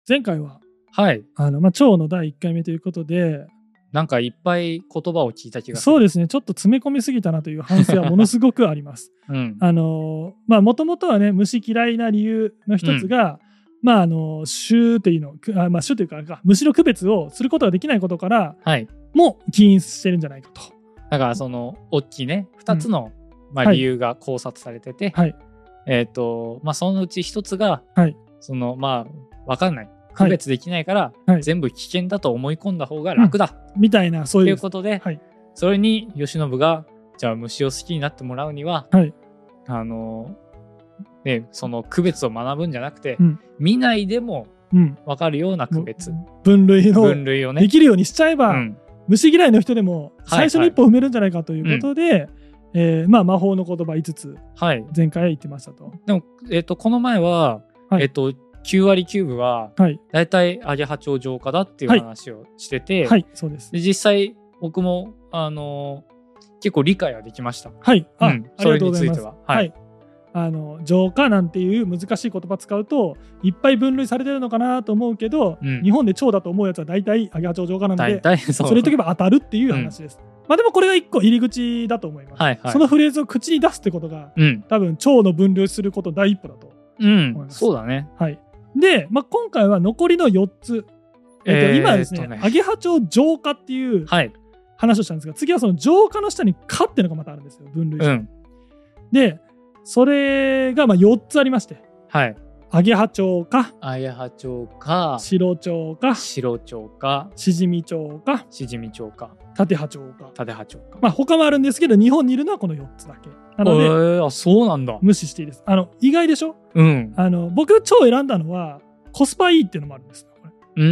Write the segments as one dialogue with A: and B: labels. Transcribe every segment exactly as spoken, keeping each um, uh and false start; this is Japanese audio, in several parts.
A: 前回は、
B: はい。
A: あの、まあ、腸のだいいっかいめということで、
B: なんかいっぱい言葉を聞いた気がする。
A: そうですね、ちょっと詰め込みすぎたなという反省はものすごくあります。
B: うん、
A: あのまあもともとはね、虫嫌いな理由の一つが、うん、まああの種っていうのあ、まあ、種というかか虫の区別をすることができないことから、
B: はい、
A: も起因してるんじゃないかと。
B: だからその大きいねふたつの、うんまあ、理由が考察されてて、
A: はい、
B: えっ、ー、とまあそのうち一つが、
A: はい、
B: そのまあ分かんない区別できないから、はい、全部危険だと思い込んだ方が楽だ、
A: うん、みたいなそういう
B: ということで、はい、それに慶喜がじゃあ虫を好きになってもらうには、はい、あのねその区別を学ぶんじゃなくて、うん、見ないでも分かるような区別、うん、
A: 分類の
B: 分類をね
A: できるようにしちゃえば、うん、虫嫌いの人でも最初の一歩踏めるんじゃないかということで、はいはい、えーまあ、魔法の言葉いつつ、はい、前回言ってましたと。
B: でも、えーと、この前は、はい、えーときゅうわりきゅうぶはだいたいアゲハチョウ浄化だっていう話をしてて、
A: はいはい、そうです。
B: で実際僕も、あのー、結構理解はできました。
A: はい、あ、
B: うん、それについては、
A: はいはい、あの浄化なんていう難しい言葉使うといっぱい分類されてるのかなと思うけど、うん、日本で腸だと思うやつは大体アゲハチョウ浄化なので、それ言っとけば当たるっていう話です。うん、まあ、でもこれが一個入り口だと思います。はいはい、そのフレーズを口に出すってことが、うん、多分腸の分類すること第一歩だと思います。
B: うん、そうだね。
A: はい。で、まあ、今回は残りのよっつ、えーと、今ですね、アゲハチョウ浄化っていう話をしたんですが、はい、次はその浄化の下に化っていうのがまたあるんですよ、分類して、うん、でそれがまあよっつありまして、はい、アゲハチョウ科、
B: アゲハチョウ科、
A: 白蝶科、
B: 白蝶科、
A: シジミチョウ科、
B: シジミチョウ科、
A: タテハチョウ科、
B: タテハチョウ科、
A: まあ他もあるんですけど日本にいるのはこのよっつだけなので、え
B: ー、あ、そうなんだ。
A: 無視していいです。あの意外でしょ、うん、あの僕腸を選んだのはコスパいいっていうのもあるんですよ。これ、うん、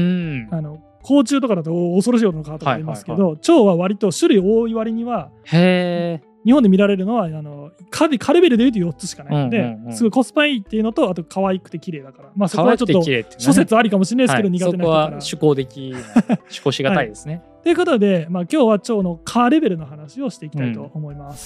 A: あの甲虫とかだと恐ろしいことのかとか言いますけど、はいはいはい、腸は割と種類多い割には、へー、日本で見られるのはあの蚊レベルでいうとよっつしかないので、うんうんうん、すごいコスパいいっていうのと、あと可愛くて綺麗だから、まあそこはちょっと諸説ありかもしれないですけど、苦手な人から、はい、そこは
B: 趣向的趣向しがたいですね。
A: はい、ということで、まあ、今日は腸の蚊レベルの話をしていきたいと思います。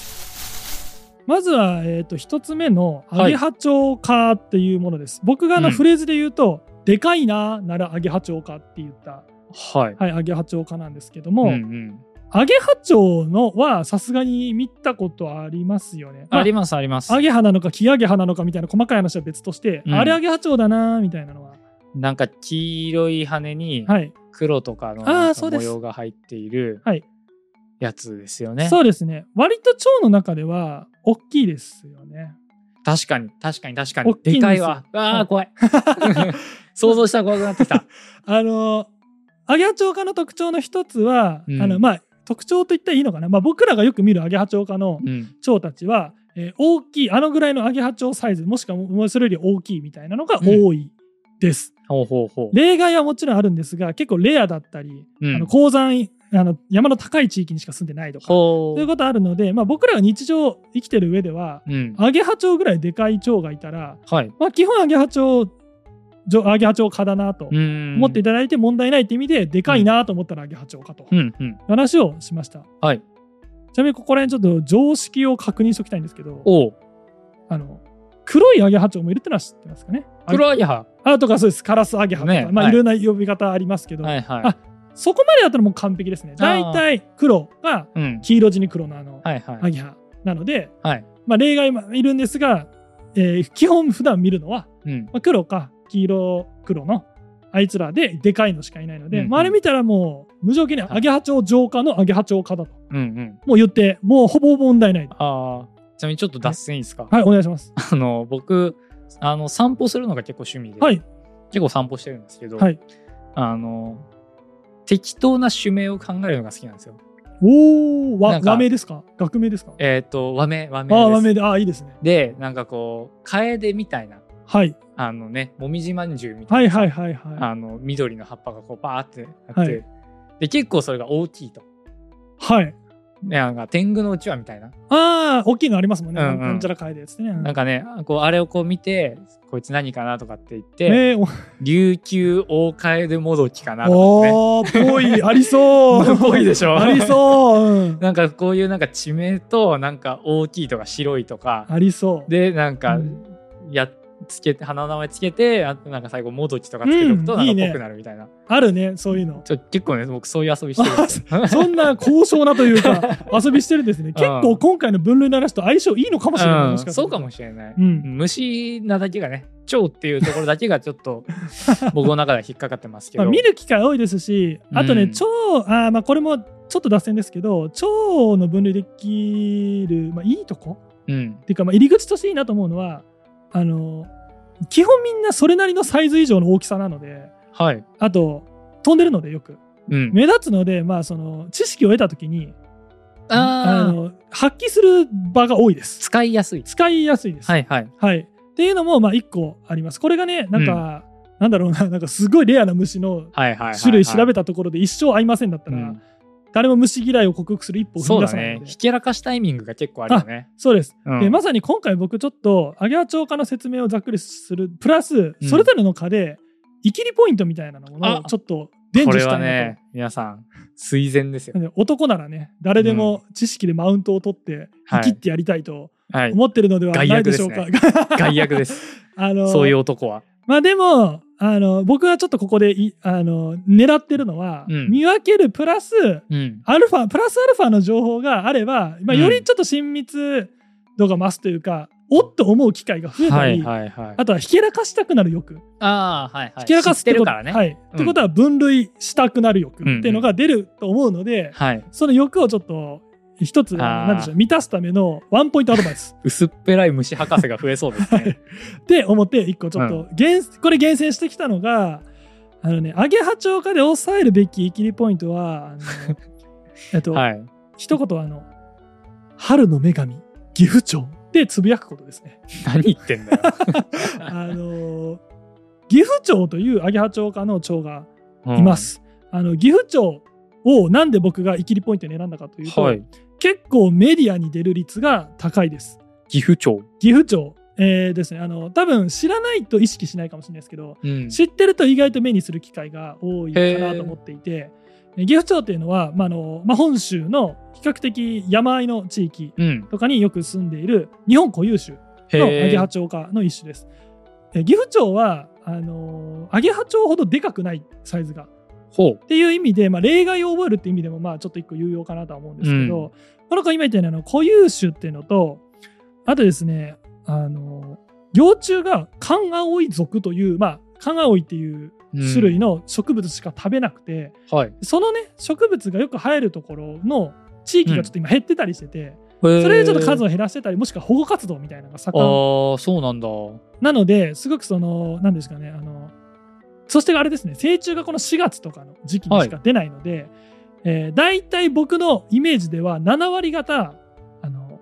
A: うん、まずは、えー、とひとつめのアゲハチョウ科っていうものです。はい、僕があのフレーズで言うと、うん、でかいなならアゲハチョウ科って言った、はいはい、アゲハチョウ科なんですけども、うんうん、アゲハチョウのはさすがに見たことありますよね。
B: まあ、ありますあります。
A: アゲハなのかキアゲハなのかみたいな細かい話は別として、うん、あれアゲハチョウだなみたいなのは、
B: なんか黄色い羽に黒とかの模様が入っているやつですよね。
A: そうですね。割と腸の中では大きいですよね。
B: 確かに確かに確かにでかいわ。ああ怖い想像したら怖くなってきた。
A: あのアゲハチョウ科の特徴の一つは、うん、あのまあ特徴と言ったらいいのかな、まあ、僕らがよく見るアゲハチョウ科の蝶たちは、うん、えー、大きいあのぐらいのアゲハチョウサイズ、もしくはそれより大きいみたいなのが多いです。うん、ほうほうほう。例外はもちろんあるんですが、結構レアだったり、うん、あの高山あの山の高い地域にしか住んでないとかそういうことあるので、まあ、僕らが日常生きてる上では、うん、アゲハチョウぐらいでかい蝶がいたら、はい、まあ、基本アゲハチョウアゲハチョウ科だなと思っていただいて問題ないって意味で、でかいなと思ったらアゲハチョウ科と話をしました。うんうん、はい、ちなみにここら辺ちょっと常識を確認しておきたいんですけど、おあの黒いアゲハチョウもいるってのは知ってますかね。
B: 黒アゲハ
A: あとかそうです。カラスアゲハとか、ね、まあ、はい、いろんな呼び方ありますけど、はいはい、あそこまでだったらもう完璧ですね。だいたい黒が黄色地に黒のあのアゲハなので、はい、まあ、例外もいるんですが、えー、基本普段見るのは、うん、まあ、黒か黄色黒のあいつらででかいのしかいないので、うんうん、まあ、あれ見たらもう無条件にアゲハチョウ浄化のアゲハチョウ科だと、うんうん、もう言ってもうほぼ問題ない。
B: あ、ちなみにちょっと脱線いいですか。
A: はい、はい、お願いします。
B: あの僕あの散歩するのが結構趣味で、はい、結構散歩してるんですけど、はい、あの適当な種名を考えるのが好きなんですよ。
A: おー、和和名ですか、学名ですか。
B: えっ、ー、と和名和名です。
A: あ、和名で、あ、いいですね。
B: でなんかこうカエデみたいな、はい、あのね、もみじまんじゅうみたいな、はいはいはいはい、あの緑の葉っぱがこうバーってあって、はい、で結構それが大きいと、はい、ね、なんか天狗のうちわみたいな、
A: ああ大きいのありますもんね、うんうん、なんちゃらカエデですね、うん、
B: なんかねこうあれをこう見てこいつ何かなとかって言って、えー、琉球オオカエデモドキかなとか、ね、
A: おーぽいありそう
B: ぽいでしょ
A: ありそう、うん、
B: なんかこういうなんか地名となんか大きいとか白いとか
A: ありそう
B: でなんかや、 つけて花の名前つけて、あとなんか最後もどきとかつけとくとなんかぽくなるみたいな、うんいいね、
A: あるねそういうの。
B: ちょ結構ね僕そういう遊びしてるんですよ
A: そんな高尚なというか遊びしてるんですね。結構今回の分類の話と相性いいのかもしれない、
B: うん、
A: もしか
B: そうかもしれない、うん、虫なだけがね蝶っていうところだけがちょっと僕の中では引っかかってますけど、まあ、
A: 見る機会多いですし、あとね、うん、蝶あまあこれもちょっと脱線ですけど、蝶の分類できる、まあ、いいとこ、うん、っていうかまあ入り口としていいなと思うのは、あの基本みんなそれなりのサイズ以上の大きさなので、はい、あと飛んでるのでよく、うん、目立つので、まあ、その知識を得た時にああの発揮する場が多いです。
B: 使いやすい
A: 使いやすいです。
B: はいはい、
A: はい、っていうのもまあいっこあります。これがねなんか、うん、なんだろうな、なんかすごいレアな虫の種類調べたところで一生合いませんだったら、うん、誰も虫嫌いを克服する一歩を踏み出さないので、
B: そうだね、ひけらかしタイミングが結構あるよね。
A: そうです、うん、でまさに今回僕ちょっとアゲハチョウ科の説明をざっくりするプラス、それぞれの科でイキリポイントみたいなものをちょっと伝授したいなと。これはね
B: 皆さん垂涎ですよ。
A: 男ならね誰でも知識でマウントを取って生きってやりたいと思ってるのではないでしょうか。
B: 害悪です、あのー、そういう男は。
A: まあでもあの僕はちょっとここでいあの狙ってるのは、うん、見分けるプラス、うん、アルファプラスアルファの情報があれば、まあ、よりちょっと親密度が増すというか、うん、おっと思う機会が増えたり、はいはいはい、あとはひけらかしたくなる欲、
B: あ、はいはい、
A: ひけらかすってこと、
B: ね、
A: はい、うん、ってことは分類したくなる欲っていうのが出ると思うので、うんうん、その欲をちょっと一つなんでしょう満たすためのワンポイントアドバイス
B: 薄っぺらい虫博士が増えそうですね
A: って思って一個ちょっと、うん、これ厳選してきたのがあのねアゲハチョウ科で抑えるべきイキリポイントはあのえっと、はい、一言あの春の女神岐阜町でつぶやくことですね。
B: 何言ってんだよ
A: あの岐阜町というアゲハチョウ科の蝶がいます、うん、あの岐阜町をなんで僕がイキリポイントに選んだかというと、はい、結構メディアに出る率が高いです。
B: 岐阜町
A: 岐阜町、えー、ですね。あの多分知らないと意識しないかもしれないですけど、うん、知ってると意外と目にする機会が多いかなと思っていて、岐阜町っていうのは、まあのまあ、本州の比較的山あいの地域とかによく住んでいる日本固有種のアゲハチョウ科の一種です。え岐阜町はあのアゲハチョウほどでかくないサイズがほうっていう意味で、まあ、例外を覚えるっていう意味でもまあちょっと一個有用かなとは思うんですけど、うん、この子今言ったような固有種っていうのと、あとですね、あの幼虫がカンアオイ属という、まあ、カンアオイっていう種類の植物しか食べなくて、うんはい、そのね植物がよく生えるところの地域がちょっと今減ってたりしてて、うん、それでちょっと数を減らしてたり、もしくは保護活動みたいなのが盛ん。
B: ああ、そうなんだ。
A: なのですごくその何ですかね、あのそしてあれですね、成虫がこのしがつとかの時期にしか出ないので、はい、えー、大体僕のイメージではななわり方あの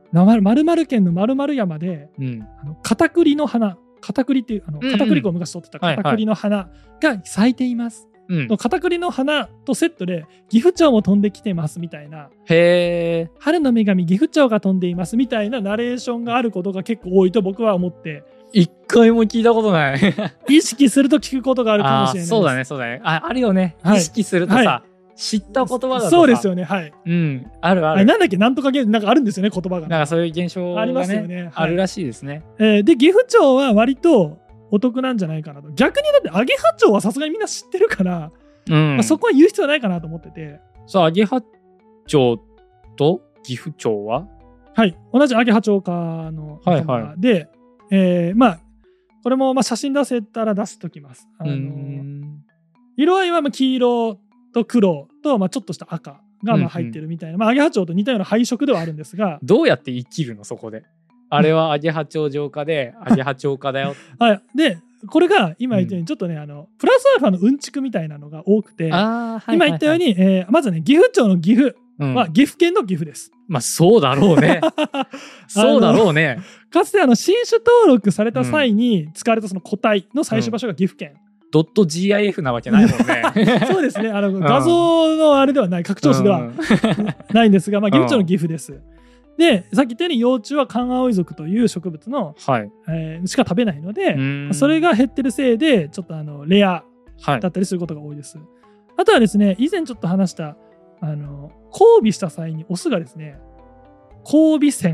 A: 〇〇県の〇〇山で、うん、あの片栗の花片栗っていうあの片栗粉を昔取ってた片栗の花が咲いています、うん、の片栗の花とセットで岐阜町も飛んできてますみたいな、
B: へー、
A: 春の女神岐阜町が飛んでいますみたいなナレーションがあることが結構多いと僕は思って、
B: 一回も聞いたことない
A: 意識すると聞くことがあるかもしれないです。
B: そうだねそうだね、 あ, あるよね、はい、意識するとさ、はい、知った言葉だとさ、
A: そうですよね、はい、
B: うん、あるある。
A: あれなんだっけ、なんとか現なんかあるんですよね、言葉が。
B: なんかそういう現象が、ね、
A: ありますよね、はい、
B: あるらしいですね。
A: えー、で岐阜町は割とお得なんじゃないかなと。逆にだってアゲハチョウはさすがにみんな知ってるから、うんまあ、そこは言う必要はないかなと思ってて。
B: さあアゲハチョウと岐阜町は
A: はい同じアゲハチョウ科の仲間、はいはい、で、えー、まあこれもまあ写真出せたら出しておきます。あの色合いはまあ黄色と黒とまあちょっとした赤がまあ入ってるみたいな、うんうん、まあ、アゲハチョウと似たような配色ではあるんですが、
B: どうやって生きるのそこで。あれはアゲハチョウ浄化でアゲハチョウ科だよ
A: はい、でこれが今言ったようにちょっとね、うん、あのプラスアルファのうんちくみたいなのが多くて、あ、はいはいはい、今言ったように、えー、まずね岐阜町の岐阜は岐阜県の岐阜です、
B: うん、まあそうだろうねそうだろうね。
A: かつてあの新種登録された際に使われたその個体の採取場所が岐阜県、うん
B: ドット ジーアイエフ なわけないもんね
A: そうですね、あの画像のあれではない、拡張子ではないんですが、まあ、岐阜町の岐阜です。でさっき言ったように幼虫はカンアオイ属という植物の、はいえー、しか食べないので、それが減ってるせいでちょっとあのレアだったりすることが多いです、はい、あとはですね、以前ちょっと話したあの交尾した際にオスがですね交尾腺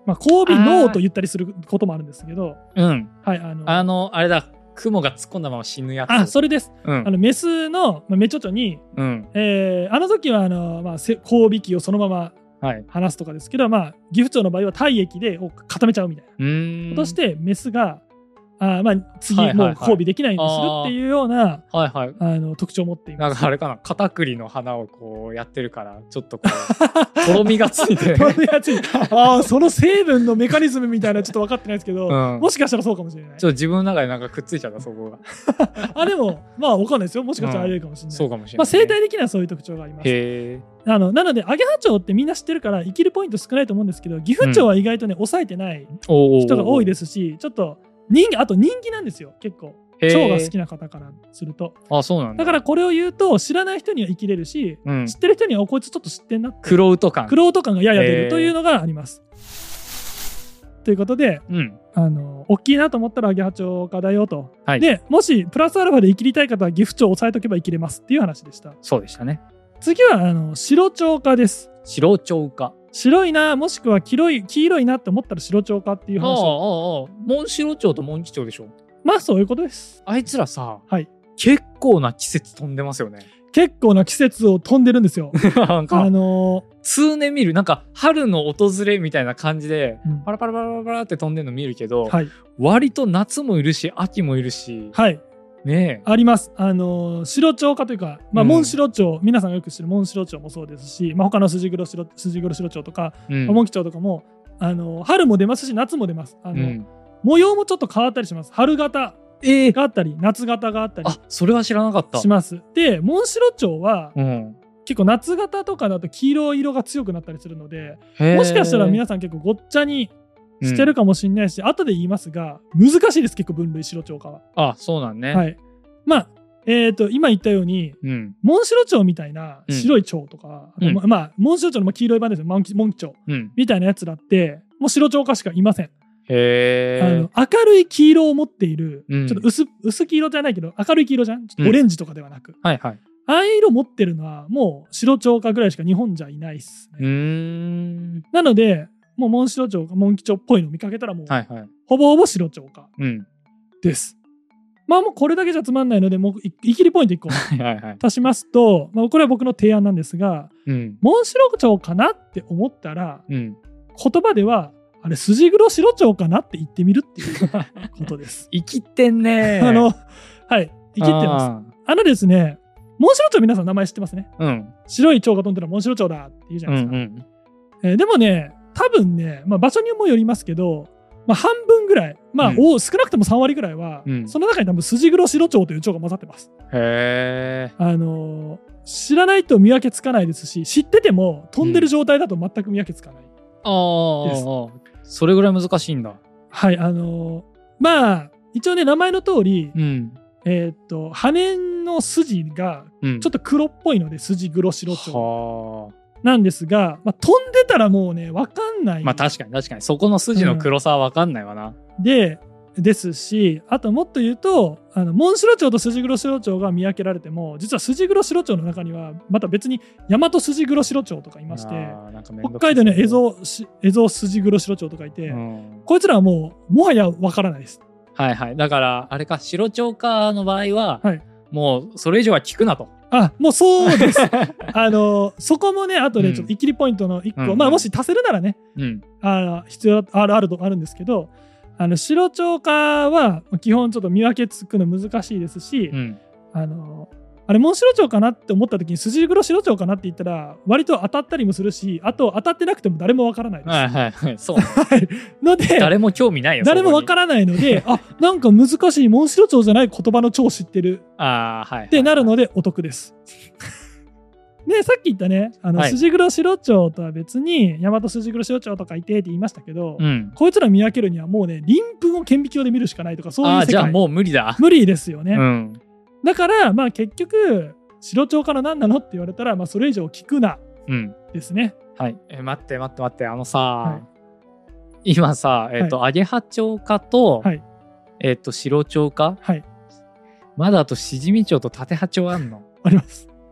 A: まあ、交尾脳と言ったりすることもあるんですけど、
B: うん、
A: はい、あの
B: あのあれだ、雲が突っ込んだまま死ぬやつ。
A: あ、それです。
B: うん、
A: あのメスの、まあ、メチョチョに、うん、えー、あの時はあの、まあ、交尾器をそのまま離すとかですけど、はい、まあ、岐阜町の場合は体液で固めちゃうみたいなことしてメスがあまあ次もう交尾できないようにするっていうような、はいはい、あの特徴を持っています。
B: なんかあれかな、片栗の花をこうやってるからちょっとこうとろみがついて
A: とろみがついてあその成分のメカニズムみたいなちょっと分かってないですけど、うん、もしかしたらそうかもしれない。
B: ちょっと自分の中でなんかくっついちゃったそこが
A: あでもまあ分かんないですよ、もしかしたらありえるかもしれない、うん、
B: そうかもしれない、
A: まあ、生態的にはそういう特徴があります。
B: へ
A: あのなのでアゲハチョウってみんな知ってるから生きるポイント少ないと思うんですけど、岐阜町は意外とね、うん、抑えてない人が多いですし、ちょっと人気あと人気なんですよ結構。蝶が好きな方からすると。
B: あ、そうなんだ。
A: だからこれを言うと知らない人には生きれるし、うん、知ってる人にはこいつちょっと知ってんなって
B: クロウト感
A: クロウト感がやや出るというのがあります。ということで、うん、あの大きいなと思ったらアゲハチョウ科だよと、はい、でもしプラスアルファで生きりたい方は岐阜町を押さえとけば生きれますっていう話でした。
B: そうでしたね。
A: 次はあの白蝶科です。
B: 白蝶科、
A: 白いなもしくは黄色い黄色いなって思ったら白蝶科っていう話を。
B: ああああ、モンシロチョウとモンキチョウでしょ。
A: まあそういうことです。
B: あいつらさ、
A: はい、
B: 結構な季節飛んでますよね。
A: 結構な季節を飛んでるんですよなんかあのー、
B: 通年見る、なんか春の訪れみたいな感じで、うん、パラパラパラパラって飛んでるの見るけど、はい、割と夏もいるし秋もいるし、はいね、
A: あります。あのー、白蝶科というか、まあ、モンシロチョウ、うん、皆さんがよく知るモンシロチョウもそうですし、まあ、他のスジグロシロスジグロシロチョウとか、うんまあ、モンキチョウとかも、あのー、春も出ますし夏も出ます。あの、うん、模様もちょっと変わったりします。春型があったり、えー、夏型があったり、
B: あ、それは知らなかった。
A: します。でモンシロチョウは、うん、結構夏型とかだと黄色い色が強くなったりするので、もしかしたら皆さん結構ごっちゃにしてるかもしれないし、うん、後で言いますが難しいです結構分類白蝶科は。
B: あ、そうなんね。
A: はい、まあえー、と今言ったように、うん、モンシロチョウみたいな白い蝶とか、うん、ままあモンシロチョウの黄色い版ですよ、モンキモンキチョウ、うん、みたいなやつらってもう白蝶科しかいません。
B: へー。
A: あの明るい黄色を持っている、うん、ちょっと 薄, 薄黄色じゃないけど明るい黄色じゃん、ちょっとオレンジとかではなく、うんはいはい、ああいう色持ってるのはもう白蝶科ぐらいしか日本じゃいないっすね。うーんなのでもうモンシロチョウかモンキチョウっぽいの見かけたらもう、はいはい、ほぼほぼ白蝶科です。まあもうこれだけじゃつまんないのでもういきりポイントいっこ足しますとまあこれは僕の提案なんですが、うん、モンシロチョウかなって思ったら、うん、言葉ではあれスジグロシロチョウかなって言ってみるっていうことです。
B: 生きてんね
A: あのはい生きてます。あのですねモンシロチョウ皆さん名前知ってますね、うん、白い蝶が飛んでるらモンシロチョウだって言うじゃないですか、うんうんえー、でもね多分ね、まあ、場所にもよりますけどまあ、半分ぐらい、まあうん、少なくともさんわりぐらいは、うん、その中に多分スジグロシロチョウという蝶が混ざってます。
B: へー。
A: あのー、知らないと見分けつかないですし知ってても飛んでる状態だと全く見分けつかないです、うん、
B: ああそれぐらい難しいんだ。
A: はいあのー、まあ一応ね名前の通り、うん、えー、っと羽の筋がちょっと黒っぽいので、うん、スジグロシロチョウなんですが、まあ、飛んでたらもうね分かんない。
B: まあ確かに確かにそこの筋の黒さは分かんないわな、
A: うん、でですしあともっと言うとあのモンシロチョウとスジグロシロチョウが見分けられても実はスジグロシロチョウの中にはまた別にヤマトスジグロシロチョウとかいまして、北海道にはエゾエゾスジグロシロチョウとかいて、うん、こいつらはもうもはや分からないです。
B: はいはいだからあれかシロチョウ科の場合は、はい、もうそれ以上は聞くなと。
A: あもうそうですあのそこもね後でちょっとイキリポイントのいっこ、うん、まあもし足せるならね、うん、あの必要あるあるとあるんですけどあの白蝶科は基本ちょっと見分けつくの難しいですし、うん、あのあれモンシロチョウかなって思った時にスジグロシロチョウかなって言ったら割と当たったりもするしあと当たってなくても誰もわからないです。
B: はいはいはいそう
A: ので
B: 誰も興味ないよ
A: 誰もわからないのであなんか難しいモンシロチョウじゃない言葉の蝶知ってる
B: あ、はいはい、
A: ってなるのでお得です。でさっき言ったねあの、はい、スジグロシロチョウとは別にヤマトスジグロシロチョウとかいてって言いましたけど、うん、こいつら見分けるにはもうね鱗粉を顕微鏡で見るしかないとかそういう世界。あじゃ
B: あもう無理だ
A: 無理ですよね、うん、だからまあ結局白鳥から何なのって言われたら、まあ、それ以上聞くな、うん、ですね。
B: はい。え待って待って待ってあのさ、はい、今さえっ、ー、と、はい、アゲハチョウ科と、はい、えっ、ー、と白鳥科、はい、まだあとシジミチョウとタテハチョウあんの
A: あります。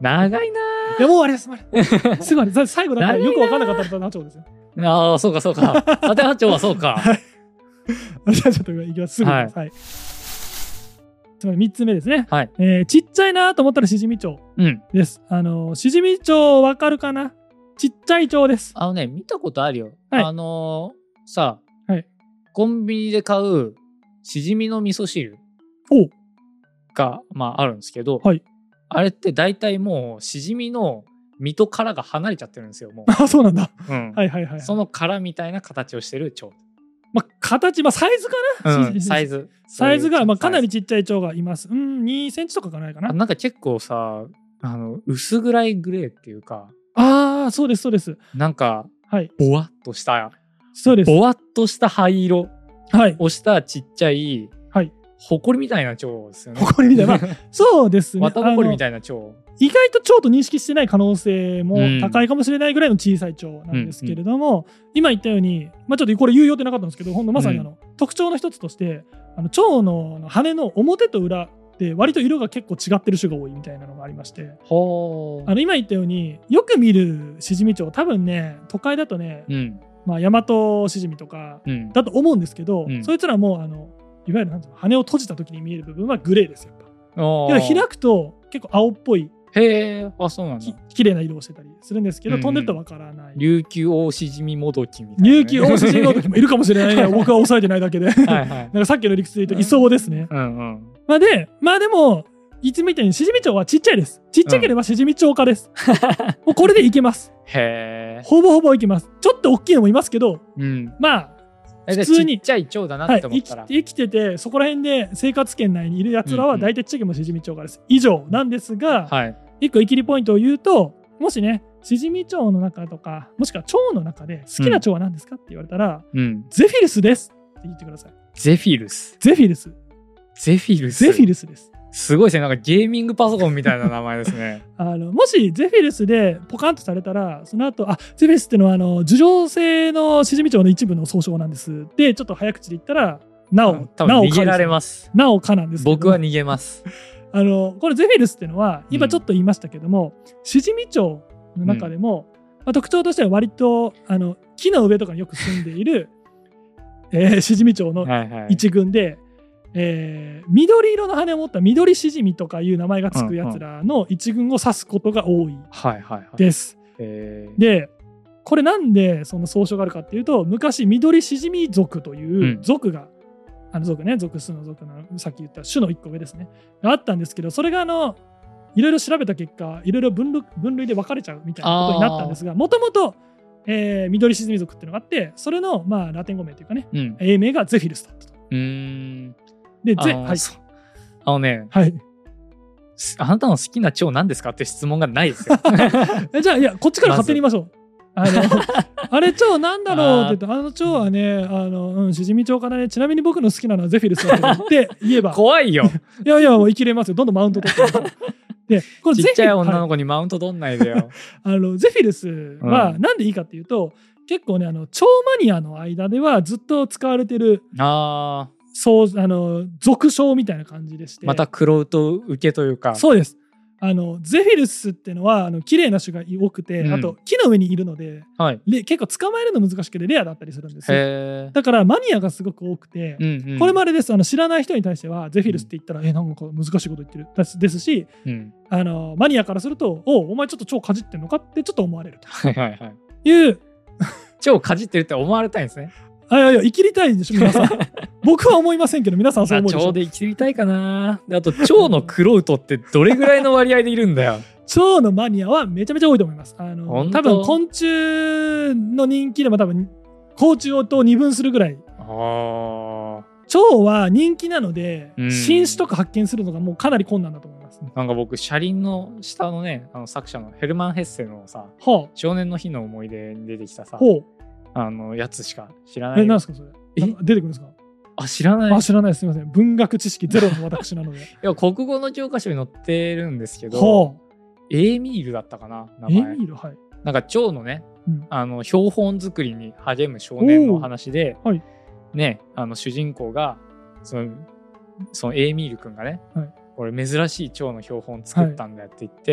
B: 長いな。
A: いやもう終わりです。すぐ終わり。最後だからよく分かんなかったらナチョウですよ。
B: ああ、そうかそうか。伊達八丁はそうか。
A: はい。じゃあちょっといきます。すぐです。はい。つまりみっつめですね。
B: はい。
A: えー、ちっちゃいなと思ったらシジミチョウです。うん、あのシジミチョウわかるかな？ちっちゃいチョウです。
B: あのね、見たことあるよ。はい、あのー、さ、はい、コンビニで買うシジミの味噌汁が、まあ、あるんですけど、はい、あれって大体もうシジミの身と殻が離れちゃってるんですよ。もう
A: あ、そうなんだ。
B: うん、はいはいはい。その殻みたいな形をしてるチョウ。
A: まあ、形、まあ、サイズかな、
B: うん、サイズ。
A: サイズが、まあ、かなりちっちゃいチョウがいます。うん、にセンチとかかないかな。
B: なんか結構さ、あの薄暗いグレーっていうか。
A: ああ、そうです、そうです。
B: なんか、はい、ぼわっとした、
A: そうです。
B: ぼわっとした灰色をしたちっちゃい、はい、ほこりみたいなチョウですよね。
A: ほこりみたいな。そうですね。
B: 綿ぼこりみたいなチョウ。
A: 意外と蝶と認識してない可能性も高いかもしれないぐらいの小さい蝶なんですけれども、うんうん、今言ったように、まあ、ちょっとこれ言う予定なかったんですけど、ほんとまさにあの、うん、特徴の一つとしてあの蝶の羽の表と裏で割と色が結構違ってる種が多いみたいなのがありまして、ほー、あの今言ったようによく見るシジミ蝶、多分ね都会だとね、うん、まあ、ヤマトシジミとかだと思うんですけど、うん、そいつらもあのいわゆるなんていうの、羽を閉じた時に見える部分はグレーですよ。開くと結構青っぽい、
B: へえ、あ、そうなんだ。
A: き綺麗な色をしてたりするんですけど、うん、飛んでるとわからない。
B: 琉球オオシジミモドキみたいな、ね。
A: 琉球オオシジミモドキもいるかもしれないね。僕は抑えてないだけで。はい、はい、なんかさっきの理屈で言うといそうですね。うんうん、まあで、まあでもいつも言ったようにシジミチョウはちっちゃいです。ちっちゃければシジミチョウ科です。うん、もうこれでいけます。へえ。ほぼほぼいけます。ちょっと大きいのもいますけど、うん、まあ。
B: 普通にちっちゃい蝶だなって思ったら、
A: はい、生き、生きててそこら辺で生活圏内にいるやつらは大体ちっちゃけもシジミチョウがです。以上なんですが、はい、一個イキリポイントを言うと、もしねシジミチョウの中とかもしくは蝶の中で好きな蝶は何ですかって言われたら、うん、ゼフィルスですって言ってください。
B: ゼフィルス
A: ゼフィルス
B: ゼフィルス
A: ゼフィルスです。
B: すごいですね。なんかゲーミングパソコンみたいな名前ですね。
A: あのもしゼフィルスでポカンとされたら、その後あゼフィルスっていうのはあの樹状性のシジミチョウの一部の総称なんですで、ちょっと早口で言ったらなお、
B: 多分逃げられます。
A: なおかなんですけど、
B: 僕は逃げます。
A: あのこれゼフィルスっていうのは今ちょっと言いましたけども、うん、シジミチョウの中でも、うん、まあ、特徴としては割とあの木の上とかによく住んでいる、えー、シジミチョウの一群で、はいはい、えー、緑色の羽を持った緑シジミとかいう名前がつくやつらの一群を指すことが多いです。でこれなんでその総称があるかっていうと、昔緑シジミ属という属が、うん、あの属ね属数の属のさっき言った種のいっこ上ですねがあったんですけど、それがあのいろいろ調べた結果いろいろ分類、分類で分かれちゃうみたいなことになったんですが、もともと緑シジミ属っていうのがあって、それのまあラテン語名というかね、うん、英名がゼフィルスだったと。うーんで、
B: あの、はい、あのね、はい、あなたの好きな蝶何ですかって質問がないですよ。
A: じゃあいやこっちから勝手に言いましょう。あのあれ蝶なんだろうって言うと、あの蝶はね、あの、うん、シジミ蝶かなね、ちなみに僕の好きなのはゼフィルスだって言えば
B: 怖いよ。
A: いやいやもう生きれますよ。どんどんマウント取ってで
B: これちっちゃい女の子にマウント取んないでよ。はい、
A: あのゼフィルスはなんでいいかっていうと、うん、結構ねあの蝶マニアの間ではずっと使われてる、あーそうあの俗称みたいな感じでして、
B: また玄人受けというか、
A: そうです。あのゼフィルスっていうのはあの綺麗な種が多くて、うん、あと木の上にいるので、はい、結構捕まえるの難しくてレアだったりするんですよ。だからマニアがすごく多くて、うんうん、これまでです。あの知らない人に対してはゼフィルスって言ったら、うん、えなんか難しいこと言ってるですし、うん、あのマニアからするとおお前ちょっと超かじってんのかってちょっと思われるとはいはい、はい、いう
B: 超かじってるって思われたいんですね。
A: あいやいや生きりたいんでしょ皆さん。僕は思いませんけど皆さんそう思うでしょ。
B: 蝶で生きりたいかな。であと蝶の玄人ってどれぐらいの割合でいるんだよ。
A: 蝶のマニアはめちゃめちゃ多いと思います。あの多分昆虫の人気でも多分甲虫と二分するぐらい。あ蝶は人気なので、うん、新種とか発見するのがもうかなり困難だと思います。
B: なんか僕車輪の下のねあの作者のヘルマン・ヘッセのさ、はあ、少年の日の思い出に出てきたさ、ほうあのやつしか知らない。
A: え、なんですかそれ。出てくるんですか。
B: あ、知らない。
A: あ、知らないです。すみません。文学知識ゼロの私なので。い
B: や、国語の教科書に載ってるんですけど、はあ、エーミールだったかな、名前。エーミール、はい。なんか蝶のね、うん、あの標本作りに励む少年の話で、はい、ね、あの主人公がそのそのエーミール君がね、はい、これ珍しい蝶の標本作ったんだよって言って、はい、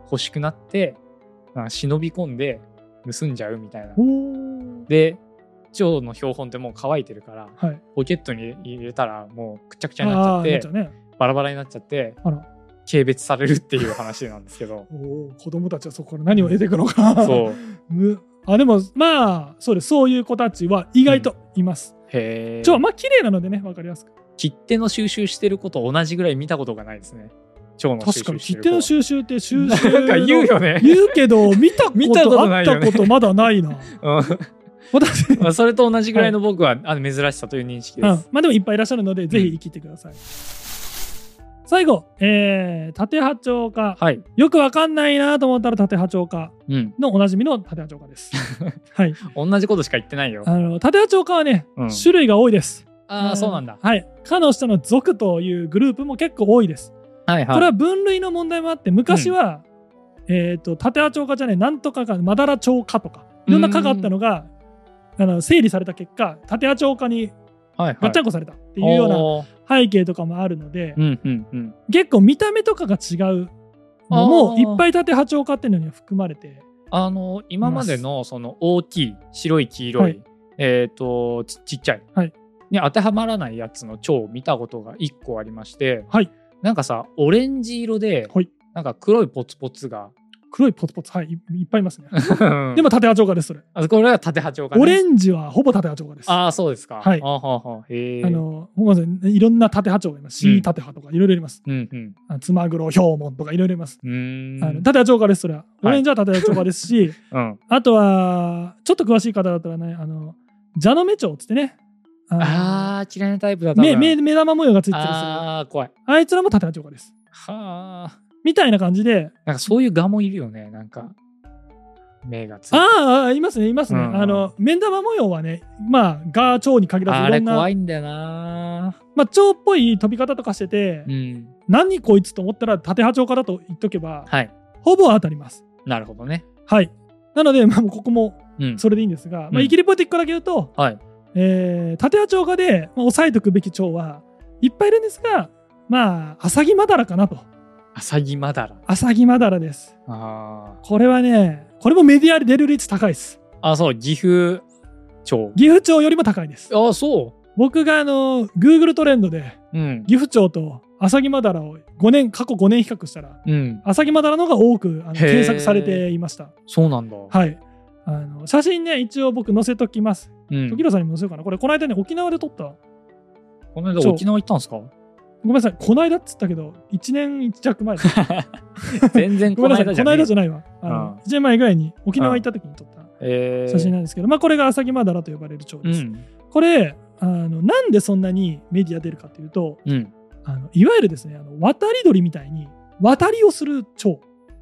B: 欲しくなってなんか忍び込んで盗んじゃうみたいな。で蝶の標本ってもう乾いてるから、はい、ポケットに入れたらもうくちゃくちゃになっちゃって、ね、バラバラになっちゃって軽蔑されるっていう話なんですけど
A: お子供たちはそこから何を得ていくのかそうあでもまあそうです、そういう子たちは意外といます、うん、へー。蝶はまあ綺麗なのでね、分かりやすく
B: 切手の収集してる子と同じぐらい見たことがないですね。蝶の収集してる子は。確かに
A: 切手の収集って収集
B: なんか言うよね。
A: 言うけど見たことあったことまだないな。
B: まあそれと同じぐらいの僕は、はい、あの珍しさという認識です、うん、
A: まあでもいっぱいいらっしゃるので、うん、ぜひ生きてください。最後、えー、縦波長科、はい、よくわかんないなと思ったら縦波長科のおなじみの縦波長科です、はい、
B: 同じことしか言ってないよ。
A: あの縦波長科はね、うん、種類が多いです。
B: ああ、そうなんだ。
A: はい、科の下の属というグループも結構多いです。はいはい、これは分類の問題もあって、昔は、うん、えっ、ー、と縦波長科じゃねえ、なんとかかまだら長科とかいろんな科があったのが、あの整理された結果縦波長科にガッチャンコされたっていうような背景とかもあるので、うんうんうん、結構見た目とかが違うのもいっぱい縦波長科っていうのには含まれて、
B: あの今までのその大きい白い黄色い、はい、えー、と ち, ちっちゃい、はい、に当てはまらないやつの蝶を見たことがいっこありまして、はい、なんかさオレンジ色で、はい、なんか黒いポツポツが
A: 黒いポツポツ、はい、いっぱいいますね。でも縦波長科です、それ。
B: あ、これは縦波長科、ね。
A: オレンジはほぼ縦波長科です。
B: ああ、そうですか。
A: はい。あははへあの、まずいろんな縦波長がいます。シー縦波とかいろいろいます。うんうん。つまぐろ、氷門とかいろいろいます。うん。あの縦波長科です、それは。オレンジは縦波長科ですし、はい、うん、あとは、ちょっと詳しい方だったらね、あの、ジャノメチョウっつってね。
B: ああ、嫌いなタイプだった。
A: 目、目、目玉模様がついてる。
B: ああ、怖い。
A: あいつらも縦波長科です。はあ。みたいな感じで。
B: なんかそういう蛾もいるよね、なんか。目がついて。
A: ああ、いますね、いますね。うん、あの、目玉模様はね、まあ、ガー蝶に限らずいろんな。
B: あれ怖いんだよな。
A: まあ、蝶っぽい飛び方とかしてて、うん、何こいつと思ったら縦波長科だと言っとけば、はい、ほぼ当たります。
B: なるほどね。
A: はい。なので、まあ、ここもそれでいいんですが、うん、まあ、イキリポイティックだけ言うと、はい、えー、縦波長科で、まあ、押さえておくべき蝶はいっぱいいるんですが、まあ、アサギマダラかなと。
B: アサギマダラ。
A: アサギマダラです。あこれはね、これもメディアで出る率高いです。
B: あ、そう、岐阜町。
A: 岐阜町よりも高いです。
B: あ、そう。
A: 僕があの Google トレンドで、うん、岐阜町とアサギマダラをごねん過去ごねん比較したら、うん、アサギマダラの方が多くあの検索されていました。
B: そうなんだ。
A: はい。あの写真ね、一応僕載せときます。うん、時宏さんにも載せようかな。これこの間ね、沖縄で撮った。
B: この間沖縄行ったんですか？
A: ごめんなさい、この間っつったけどいちねん弱前
B: 全然この間じゃない。
A: この間じゃないわ。あのいちねんまえぐらいに沖縄行った時に撮った写真なんですけど、まあこれがアサギマダラと呼ばれる蝶です。うん、これあのなんでそんなにメディア出るかというと、うん、あのいわゆるですね、あの渡り鳥みたいに渡りをする蝶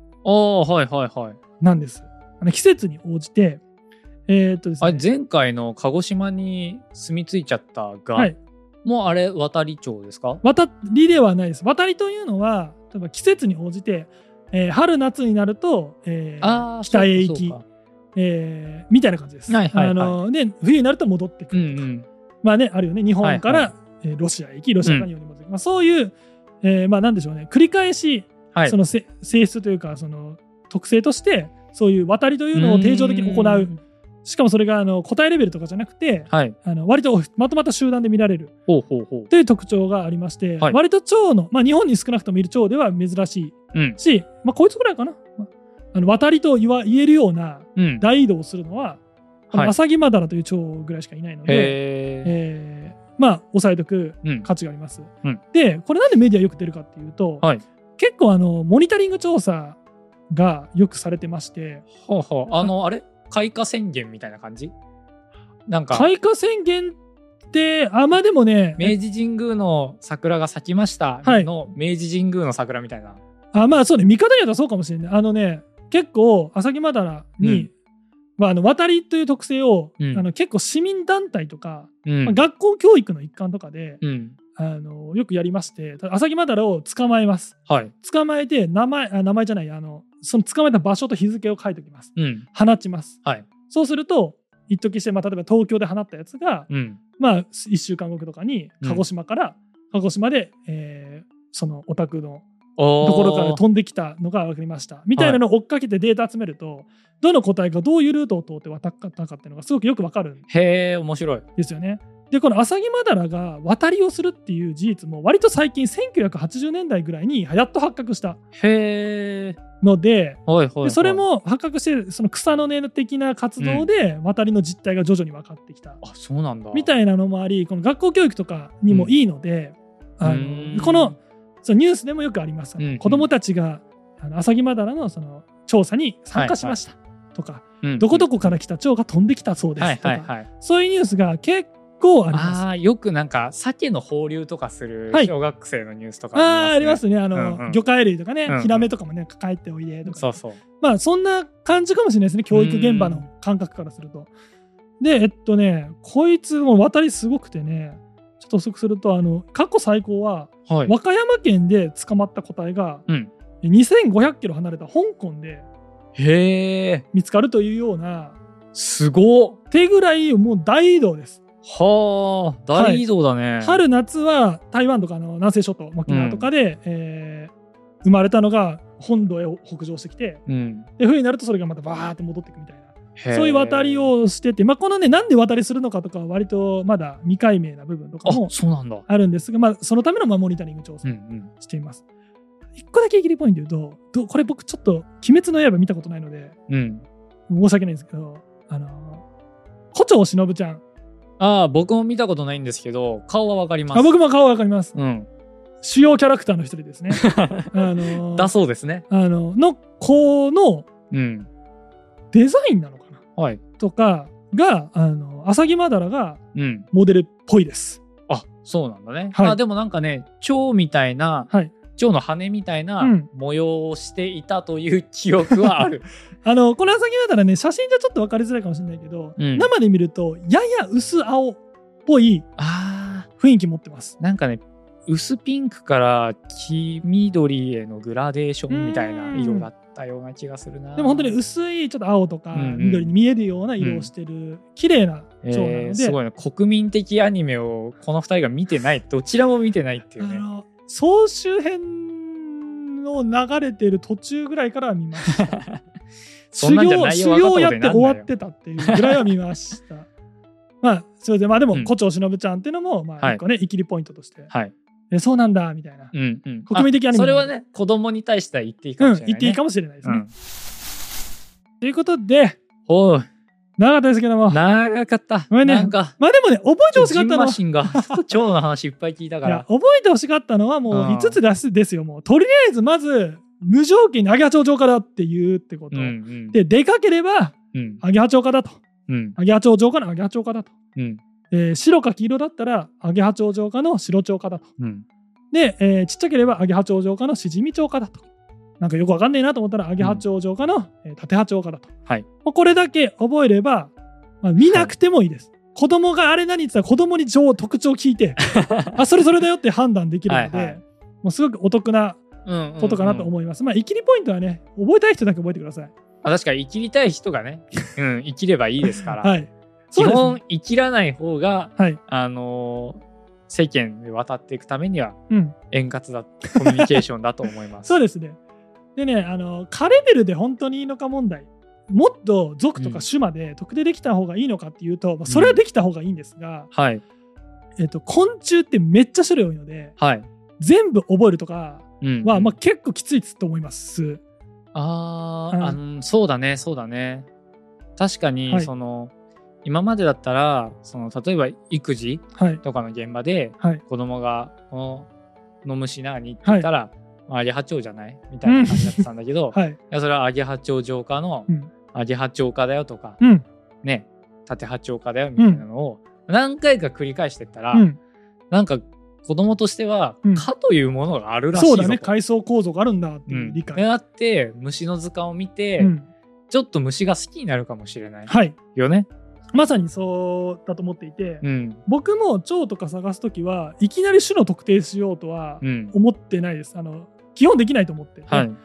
A: なんです。あの季節に応じて、えーっとですね、
B: あれ前回の鹿児島に住み着いちゃったが、はい、もうあれ渡り蝶ですか？
A: 渡りではないです。渡りというのは例えば季節に応じて、えー、春夏になると、えー、北へ行き、えー、みたいな感じです。はいはいはい、あので冬になると戻ってくるとか、うんうん、まあね、あるよね、日本から、はいはい、えー、ロシアへ行きロシアから日本に戻ってくる、うん、まあ、そういう、えー、まあなんでしょうね、繰り返し、はい、その性質というかその特性としてそういう渡りというのを定常的に行う。しかもそれがあの個体レベルとかじゃなくて、はい、あの割とまとまった集団で見られるという特徴がありまして、はい、割と蝶の、まあ、日本に少なくともいる蝶では珍しいし、うん、まあ、こいつぐらいかな、あの渡りと言わ言えるような大移動をするのは、うん、アサギマダラという蝶ぐらいしかいないので、はい、えー、まあ押さえとく価値があります。うん、でこれなんでメディアよく出るかっていうと、はい、結構あのモニタリング調査がよくされてまして、
B: ほうほう、あのあれ開花宣言みたいな感じ？なんか
A: 開花宣言ってあまあでもね、
B: 明治神宮の桜が咲きましたの明治神宮の桜みたいな、
A: あまあそうね、見方によってはそうかもしれない。あのね、結構アサギマダラに、うん、まあ、あの渡りという特性を、うん、あの結構市民団体とか、うんまあ、学校教育の一環とかで、うん、あのよくやりまして、アサギマダラを捕まえます、はい、捕まえて名前あ名前じゃないあのその捕まえた場所と日付を書いておきます、うん、放ちます、はい、そうすると一時して、まあ、例えば東京で放ったやつが、うんまあ、いっしゅうかんごとかに鹿児島から、うん、鹿児島で、えー、そのお宅のところから飛んできたのが分かりましたみたいなのを追っかけてデータ集めると、はい、どの個体がどういうルートを通って渡ったかっていうのがすごくよく分かるんですよね。
B: へえ、面白い
A: ですよね。でこのアサギマダラが渡りをするっていう事実も割と最近せんきゅうひゃくはちじゅうねんだいぐらいにやっと発覚したので、
B: はいはいはい、
A: でそれも発覚してその草の根的な活動で渡りの実態が徐々に分かってきた、うん、
B: あそうなんだ
A: みたいなのもあり、この学校教育とかにもいいので、うん、あのこのそのニュースでもよくあります、うんうん、子どもたちがあのアサギマダラのその調査に参加しました、はいはい、とか、うんうん、どこどこから来た蝶が飛んできたそうですとか、はいはいはい、そういうニュースが結構構あります。
B: あよくなんか鮭の放流とかする小学生のニュースとかあ
A: りますね。あありますね。あの、うんうん、魚介類とかね、うんうん、ヒラメとかもね帰っておいでとか、ね、
B: そうそう、
A: まあそんな感じかもしれないですね、教育現場の感覚からすると。でえっとねこいつも渡りすごくてね、ちょっと補足するとあの過去最高は、はい、和歌山県で捕まった個体が、うん、にせんごひゃくキロ離れた香港で見つかるというような、
B: すごっ
A: 手ぐらいもう大移動です。
B: はあ大移動だね、
A: はい、春夏は台湾とかの南西諸島沖縄とかで、うんえー、生まれたのが本土へ北上してきて、うん、で冬になるとそれがまたバーって戻っていくみたいな、そういう渡りをしてて、まあ、このねなんで渡りするのかとかは割とまだ未解明な部分とかもあるんですが、まあ、そのためのモニタリング調査をしています。うんうん、一個だけイギリポイント言うと、これ僕ちょっと鬼滅の刃見たことないので、うん、申し訳ないんですけど、あの胡蝶忍ちゃん、
B: ああ僕も見たことないんですけど顔はわかります。
A: あ僕も顔はわかります、うん、主要キャラクターの一人ですねあ
B: のー、だそうですね。
A: あのの子のデザインなのかな、うん、とかがあのアサギマダラがモデルっぽいです、
B: うん、あそうなんだね、はい、あでもなんかね蝶みたいな、はい、蝶の羽みたいな模様をしていたという記憶はある、
A: うん、あのこのアサギマダラね写真じゃちょっと分かりづらいかもしれないけど、うん、生で見るとやや薄青っぽい雰囲気持ってます。
B: なんかね薄ピンクから黄緑へのグラデーションみたいな色だったような気がするな。
A: でも本当に薄いちょっと青とか緑に見えるような色をしてる、うん、綺麗な蝶なので、えー、
B: すごいね。国民的アニメをこのふたりが見てない、どちらも見てないっていうね。あの
A: 総集編の流れてる途中ぐらいからは見ました
B: そんなんじゃ内容分かったことになんだよ。
A: 修行やって終わってたっていうぐらいは見ましたまあそれでまあでも胡蝶忍ちゃんっていうのもまあ一個ね、はい、イキリポイントとして、はい、えそうなんだみたいな、うんうん、国民的アニメ。
B: それはね子供に対しては言っていいかもしれない、ね、
A: うん、言っていいかもしれないですね、うん、ということでおい長かったですけども。
B: 長かった。
A: ね、なんかまあでもね覚えてほしかったのは
B: ジンマシンが蝶の話いっぱい聞いたから
A: いや覚えてほしかったのはもういつつですですよ。もうとりあえずまず無条件にアゲハチョウ浄化だっていうってこと、うんうん、ででかければ、うん、アゲハチョウ化だと、うん、アゲハチョウ浄化のアゲハチョウ化だと、うんえー、白か黄色だったらアゲハチョウ浄化の白蝶化だと、うん、で、えー、ちっちゃければアゲハチョウ浄化のシジミ蝶化だと、なんかよくわかんないなと思ったらアゲハチョウ浄化の、うん、タテハチョウ化だと、はい、これだけ覚えれば、まあ、見なくてもいいです、はい、子供があれ何言ってたら子供に特徴聞いてあそれそれだよって判断できるので、はいはい、もうすごくお得なことかなと思います、うんうんうん、まあイキリポイントはね覚えたい人だけ覚えてください。
B: あ確かに生きりたい人がね、うん、生きればいいですから、はい、基本、ね、生きらない方が、はい、あのー、世間で渡っていくためには、うん、円滑だコミュニケーションだと思います
A: そうですね。でね、あの蚊レベルで本当にいいのか問題、もっと属とか種まで特定できた方がいいのかっていうと、うんまあ、それはできた方がいいんですが、うんはいえー、と昆虫ってめっちゃ種類多いので、はい、全部覚えるとかは、うんまあ、結構きついと思います、
B: あー、あのそうだねそうだね確かに、はい、その今までだったらその例えば育児とかの現場で、はい、子供がこのの虫何って言ったら、はい、アゲハチョウじゃないみたいな感じだったんだけど、うんはい、いやそれはアゲハチョウ浄化の、うん、アゲハチョウ化だよとか、うん、ねタテハチョウ化だよみたいなのを何回か繰り返してったら、うん、なんか子供としては蚊というものがあるらしいぞと、
A: そうだね階層構造があるんだっていう理解、
B: うん、であって虫の図鑑を見て、うん、ちょっと虫が好きになるかもしれない、はい、よね。
A: まさにそうだと思っていて、うん、僕も蝶とか探すときはいきなり種の特定しようとは思ってないです、うん、あの基本できないと思って、はい、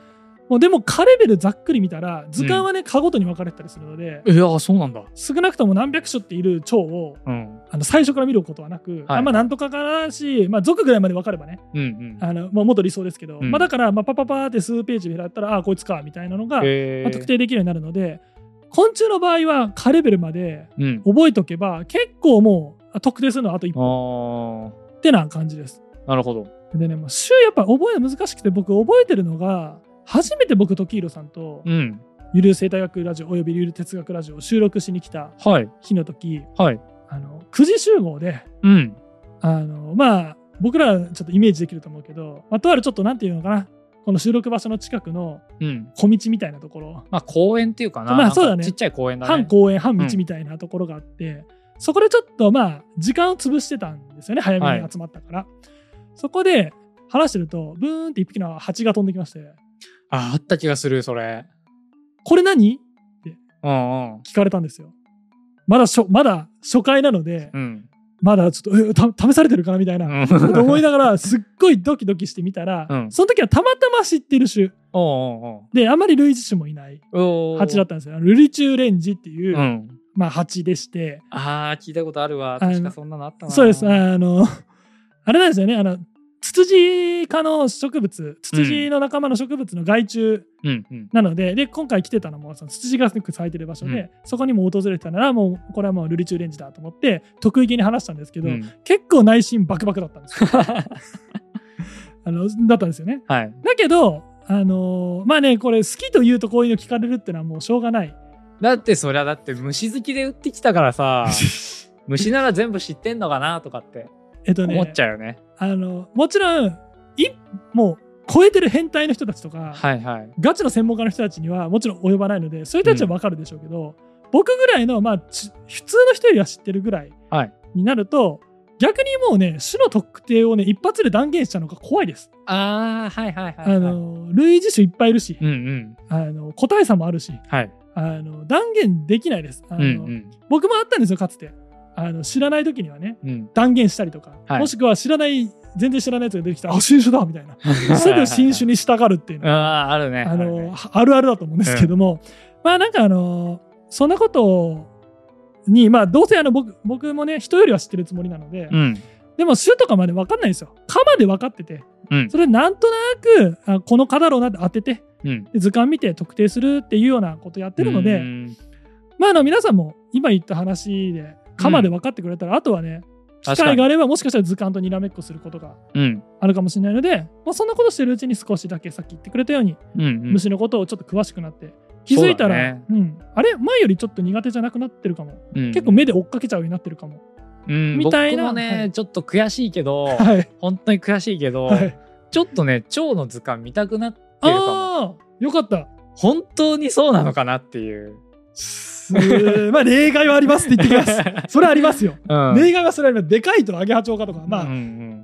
A: もうでも蚊レベルざっくり見たら図鑑はね、うん、蚊ごとに分かれてたりするので、
B: いやそうなんだ。
A: 少なくとも何百種っている蝶を、うん、あの最初から見ることはなく、はい、あまあなんとかかなし、まあ、属ぐらいまで分かればね、うんうん、あのまあ、もっと理想ですけど、うん、まあ、だから、まあ、パパパーって数ページ開いたらああこいつかみたいなのが、まあ、特定できるようになるので、昆虫の場合は蚊レベルまで覚えとけば、うん、結構もう特定するのはあと一歩ってな感じです。
B: なるほど。
A: でね、もう週やっぱ覚えるの難しくて、僕覚えてるのが初めて僕時宏さんと、うん、ゆる生態学ラジオおよびゆる哲学ラジオを収録しに来た日の時、はい、あのくじ集合で、うん、あのまあ僕らちょっとイメージできると思うけど、まあ、とあるちょっとなんていうのかな、この収録場所の近くの小道みたいなところ、うん、
B: まあ公園っていうかな、
A: まあそうだね、
B: ちっちゃい公園だね、
A: 半公園半道みたいなところがあって、うん、そこでちょっとまあ時間を潰してたんですよね、早めに集まったから、はい、そこで話してるとブーンって一匹の蜂が飛んできまして、
B: あ、あった気がする。それ
A: これ何って聞かれたんですよ。まだ初まだ初回なので、うん、まだちょっとた試されてるかなみたいなこと思いながらすっごいドキドキしてみたら、うん、その時はたまたま知ってる種で、あまり類似種もいない蜂だったんですよ。ルリチュウレンジっていう、うん、まあ、蜂でして、
B: あー聞いたことあるわ。確かそんなのあったな。
A: そうです。あのあれなんですよね、あのツツジ科の植物、ツツジの仲間の植物の害虫なので、うん、で今回来てたのもそのツツジがよく咲いてる場所で、うん、そこにも訪れてたならもうこれはもうルリチュウレンジだと思って得意げに話したんですけど、うん、結構内心バクバクだったんですよあのだったんですよね、はい、だけどあのー、まあね、これ好きと言うとこういうの聞かれるってのはもうしょうがない。
B: だってそりゃだって虫好きで売ってきたからさ虫なら全部知ってんのかなとかってえっとね、思っちゃうよね。
A: あのもちろんいもう超えてる変態の人たちとか、はいはい、ガチの専門家の人たちにはもちろん及ばないので、そういう人たちは分かるでしょうけど、うん、僕ぐらいの、まあ、普通の人よりは知ってるぐらいになると、はい、逆にもうね種の特定をね一発で断言したのが怖いです。
B: あーはいはいはい、はい、
A: あの類似種いっぱいいるし、うんうん、あの個体差もあるし、はい、あの断言できないです。あの、うんうん、僕もあったんですよかつて。あの知らない時にはね、うん、断言したりとか、はい、もしくは知らない全然知らないやつが出てきたらあ新種だみたいなすぐ新種に従うっていうの
B: はああるね、
A: あの、あるね、あるあるだと思うんですけども、うん、まあなんかあのそんなことにまあどうせあの 僕, 僕もね人よりは知ってるつもりなので、うん、でも種とかまで分かんないんですよ。科まで分かってて、うん、それなんとなくあこの科だろうなって当てて、うん、で図鑑見て特定するっていうようなことやってるので、まああの皆さんも今言った話で科まで分かってくれたら、うん、あとはね機会があればもしかしたら図鑑とにらめっこすることがあるかもしれないので、うん、まあ、そんなことしてるうちに少しだけさっき言ってくれたように、うんうん、虫のことをちょっと詳しくなって気づいたら、ね、うん、あれ前よりちょっと苦手じゃなくなってるかも、うん、結構目で追っかけちゃうようになってるかも、うん、みたいな。
B: 僕もね、はい、ちょっと悔しいけど、
A: はい、
B: 本当に悔しいけど、はい、ちょっとね蝶の図鑑見たくなってるかも。
A: あーよかった。
B: 本当にそうなのかなっていう
A: まあ例外はありますって言ってきますそれはありますよ、うん、例外はそれはあります。でかいとアゲハチョウ科とかまあ、うんうん、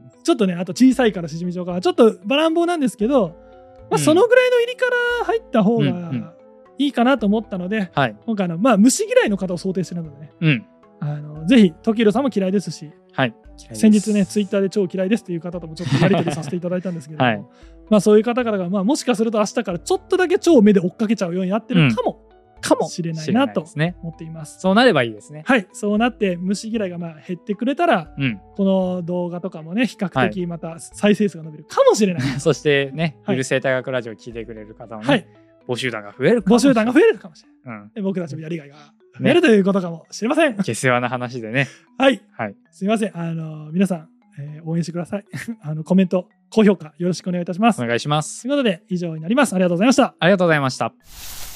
A: ちょっとねあと小さいからシジミチョウ科はちょっとバランボなんですけど、まあ、そのぐらいの入りから入った方がいいかなと思ったので、うんうん、今回のまあ虫嫌いの方を想定してるのでね、うん、あのぜひ時宏さんも嫌いですし、はい、先日ねツイッターで超嫌いですっていう方ともちょっとやり取りさせていただいたんですけども、はい、まあそういう方々がまあもしかすると明日からちょっとだけ超目で追っかけちゃうようになってるかも、うんかもしれないなと思っています。
B: そうなればいいですね。
A: はい、そうなって虫嫌いがまあ減ってくれたら、うん、この動画とかもね比較的また再生数が伸びるかもしれない。
B: はい、そしてね、ゆる生態学ラジオを聞いてくれる方もね、はい、募集団が増えるかもしれない。
A: 募集団が増えるかもしれない。うん、で僕たちもやりがいが増える、ね、ということかもしれません。
B: 下世話な話でね。
A: はい、はい、すみません。あの皆さん、えー、応援してください。あのコメント、高評価よろしくお願いいたします。
B: お願いします。
A: ということで以上になります。ありがとうございました。
B: ありがとうございました。